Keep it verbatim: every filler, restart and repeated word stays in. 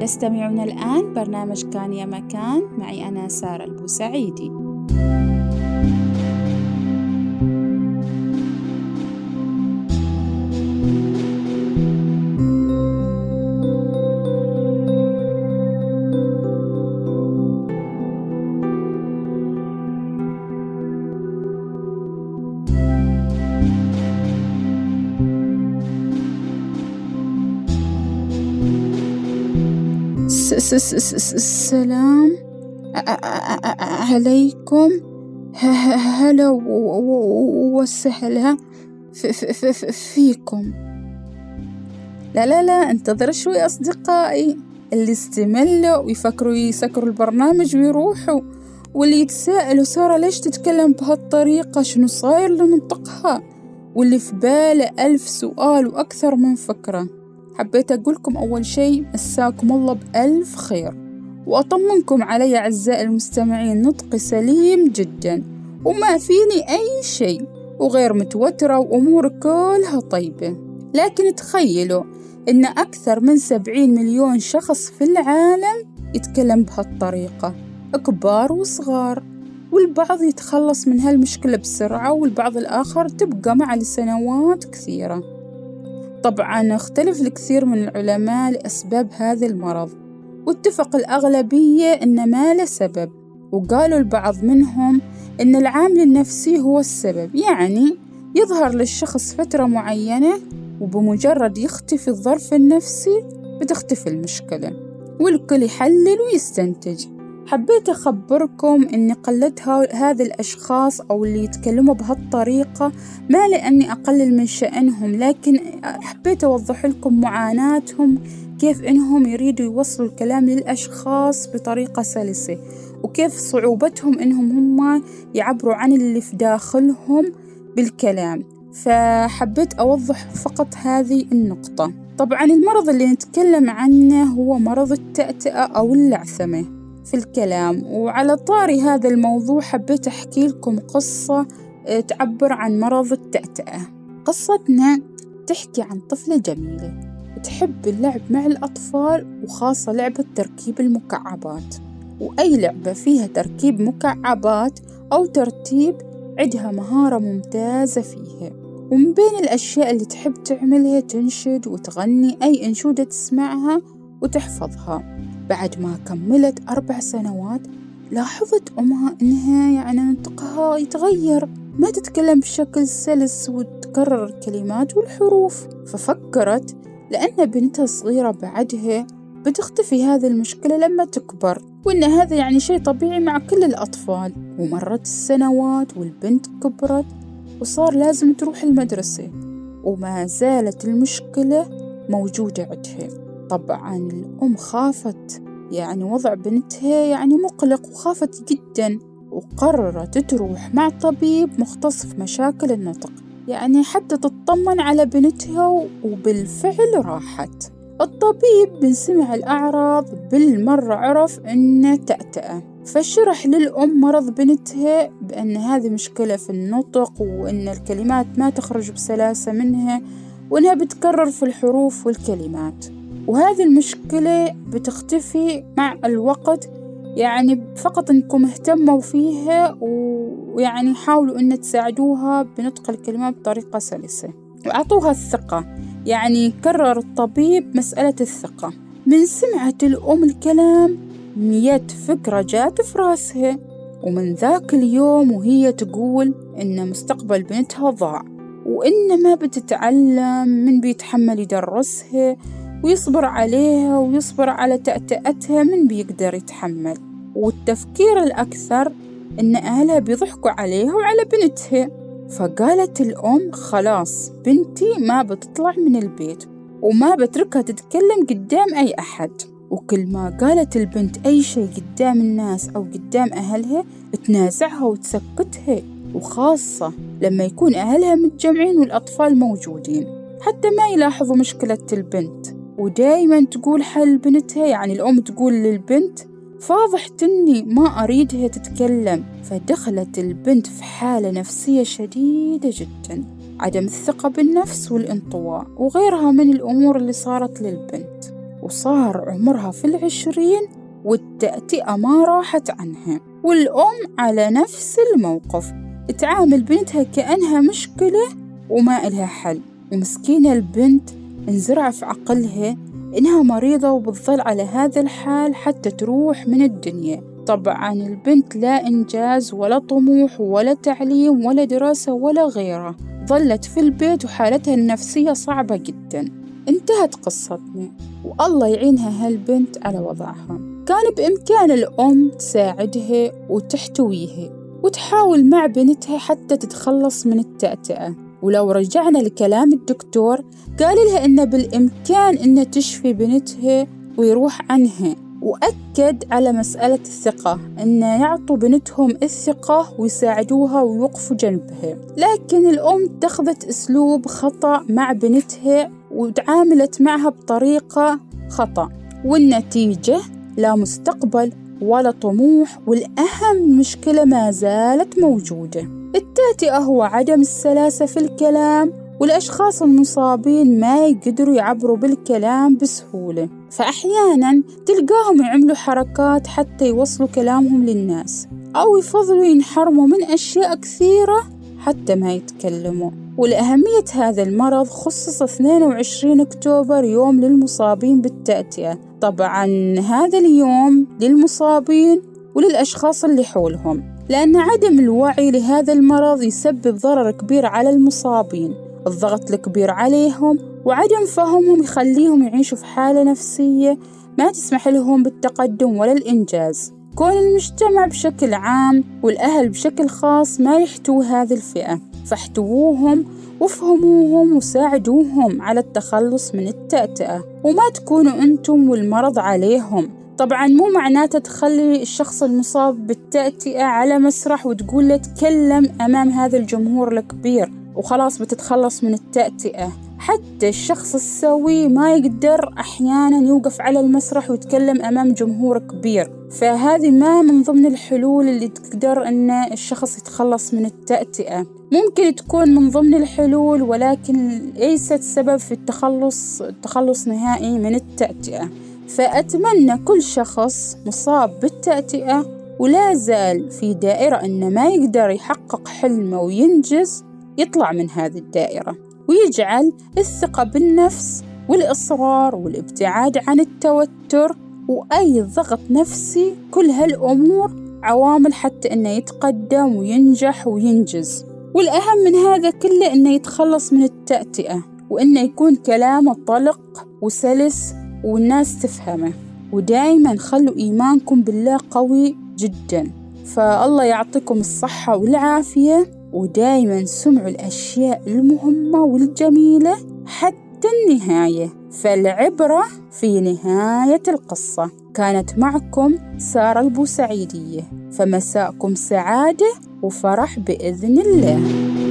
تستمعون الآن برنامج كان يا مكان معي أنا سارة البوسعيدي. السلام عليكم، هلا وسهلا فيكم. لا لا لا انتظر شوي أصدقائي، اللي استملوا ويفكروا يسكروا البرنامج ويروحوا، واللي يتساءلوا سارة ليش تتكلم بهالطريقة، شنو صاير لننطقها، واللي في باله ألف سؤال وأكثر من فكرة. حبيت أقولكم أول شيء مساكم الله بألف خير، وأطمنكم علي أعزائي المستمعين نطقي سليم جدا وما فيني أي شيء، وغير متوترة وأمور كلها طيبة. لكن تخيلوا إن أكثر من سبعين مليون شخص في العالم يتكلم بهالطريقة، كبار وصغار، والبعض يتخلص من هالمشكلة بسرعة والبعض الآخر تبقى معه لسنوات كثيرة. طبعاً اختلف الكثير من العلماء لأسباب هذا المرض، واتفق الأغلبية إن ما له سبب، وقالوا البعض منهم إن العامل النفسي هو السبب، يعني يظهر للشخص فترة معينة وبمجرد يختفي الظرف النفسي بتختفي المشكلة، والكل يحلل ويستنتج. حبيت أخبركم إني قلدت هذا الأشخاص أو اللي يتكلموا بهالطريقة، ما لأني أقلل من شأنهم، لكن حبيت أوضح لكم معاناتهم، كيف إنهم يريدوا يوصلوا الكلام للأشخاص بطريقة سلسة، وكيف صعوبتهم إنهم هم يعبروا عن اللي في داخلهم بالكلام. فحبيت أوضح فقط هذه النقطة. طبعا المرض اللي نتكلم عنه هو مرض التأتأة أو اللعثمة في الكلام. وعلى طاري هذا الموضوع حبيت أحكي لكم قصة تعبر عن مرض التأتأة. قصتنا تحكي عن طفلة جميلة تحب اللعب مع الأطفال، وخاصة لعبة تركيب المكعبات، وأي لعبة فيها تركيب مكعبات أو ترتيب عندها مهارة ممتازة فيها. ومن بين الأشياء اللي تحب تعملها تنشد وتغني أي أنشودة تسمعها وتحفظها. بعد ما كملت أربع سنوات لاحظت أمها إنها يعني نطقها يتغير، ما تتكلم بشكل سلس وتكرر الكلمات والحروف. ففكرت لأن بنتها صغيرة بعدها بتختفي هذه المشكلة لما تكبر، وإن هذا يعني شيء طبيعي مع كل الأطفال. ومرت السنوات والبنت كبرت وصار لازم تروح المدرسة، وما زالت المشكلة موجودة عندها. طبعاً الأم خافت، يعني وضع بنتها يعني مقلق، وخافت جداً، وقررت تروح مع طبيب مختص في مشاكل النطق، يعني حتى تطمن على بنتها. وبالفعل راحت. الطبيب من سمع الأعراض بالمرة عرف إنه تأتأة، فشرح للأم مرض بنتها بأن هذه مشكلة في النطق، وإن الكلمات ما تخرج بسلاسة منها، وإنها بتكرر في الحروف والكلمات، وهذه المشكلة بتختفي مع الوقت. يعني فقط إنكم اهتموا فيها ويعني حاولوا إن تساعدوها بنطق الكلمات بطريقة سلسة وأعطوها الثقة. يعني كرر الطبيب مسألة الثقة. من سمعت الأم الكلام مية فكرة جات في راسها، ومن ذاك اليوم وهي تقول إن مستقبل بنتها ضاع، وإن ما بتتعلم، من بيتحمل يدرسها ويصبر عليها ويصبر على تأتأتها، من بيقدر يتحمل. والتفكير الأكثر إن أهلها بيضحكوا عليها وعلى بنتها. فقالت الأم خلاص بنتي ما بتطلع من البيت وما بتركها تتكلم قدام أي أحد. وكل ما قالت البنت أي شيء قدام الناس أو قدام أهلها تنازعها وتسكتها، وخاصة لما يكون أهلها متجمعين والأطفال موجودين حتى ما يلاحظوا مشكلة البنت. ودايما تقول حل بنتها، يعني الأم تقول للبنت فاضح إني ما أريدها تتكلم. فدخلت البنت في حالة نفسية شديدة جدا، عدم الثقة بالنفس والانطواء وغيرها من الأمور اللي صارت للبنت. وصار عمرها في العشرين والتأتئة ما راحت عنها. والأم على نفس الموقف، تعامل بنتها كأنها مشكلة وما إلها حل، ومسكينة البنت انزرع في عقلها إنها مريضة وبتظل على هذا الحال حتى تروح من الدنيا. طبعا البنت لا إنجاز ولا طموح ولا تعليم ولا دراسة ولا غيره، ظلت في البيت وحالتها النفسية صعبة جدا. انتهت قصتنا، والله يعينها هالبنت على وضعها. كان بإمكان الأم تساعدها وتحتويها وتحاول مع بنتها حتى تتخلص من التأتئة. ولو رجعنا لكلام الدكتور، قال لها إن بالإمكان إن تشفي بنتها ويروح عنها، وأكد على مسألة الثقة، إن يعطوا بنتهم الثقة ويساعدوها ويوقفوا جنبها. لكن الأم اتخذت أسلوب خطأ مع بنتها وتعاملت معها بطريقة خطأ، والنتيجة لا مستقبل ولا طموح، والأهم مشكلة ما زالت موجودة. التأتئة هو عدم السلاسة في الكلام، والأشخاص المصابين ما يقدروا يعبروا بالكلام بسهولة، فأحياناً تلقاهم يعملوا حركات حتى يوصلوا كلامهم للناس، أو يفضلوا ينحرموا من أشياء كثيرة حتى ما يتكلموا. ولأهمية هذا المرض خصص اثنين وعشرين أكتوبر يوم للمصابين بالتأتئة. طبعاً هذا اليوم للمصابين وللأشخاص اللي حولهم، لأن عدم الوعي لهذا المرض يسبب ضرر كبير على المصابين، الضغط الكبير عليهم وعدم فهمهم يخليهم يعيشوا في حالة نفسية ما تسمح لهم بالتقدم ولا الإنجاز. كون المجتمع بشكل عام والأهل بشكل خاص ما يحتووا هذه الفئة، فاحتووهم وفهموهم وساعدوهم على التخلص من التأتئة، وما تكونوا أنتم والمرض عليهم. طبعاً مو معناته تخلي الشخص المصاب بالتأتئة على مسرح وتقول له تكلم أمام هذا الجمهور الكبير وخلاص بتتخلص من التأتئة. حتى الشخص السوي ما يقدر أحياناً يوقف على المسرح ويتكلم أمام جمهور كبير، فهذه ما من ضمن الحلول اللي تقدر أن الشخص يتخلص من التأتئة. ممكن تكون من ضمن الحلول ولكن ليست سبب في التخلص التخلص نهائي من التأتئة. فأتمنى كل شخص مصاب بالتأتئة ولا زال في دائرة أنه ما يقدر يحقق حلمه وينجز يطلع من هذه الدائرة، ويجعل الثقة بالنفس والإصرار والابتعاد عن التوتر وأي ضغط نفسي، كل هالأمور عوامل حتى أنه يتقدم وينجح وينجز. والأهم من هذا كله أنه يتخلص من التأتئة، وأنه يكون كلامه طلق وسلس والناس تفهمه. ودائما خلوا إيمانكم بالله قوي جدا. فالله يعطيكم الصحة والعافية، ودائما سمعوا الأشياء المهمة والجميلة حتى النهاية، فالعبرة في نهاية القصة. كانت معكم سارة البوسعيدية، فمساءكم سعادة وفرح بإذن الله.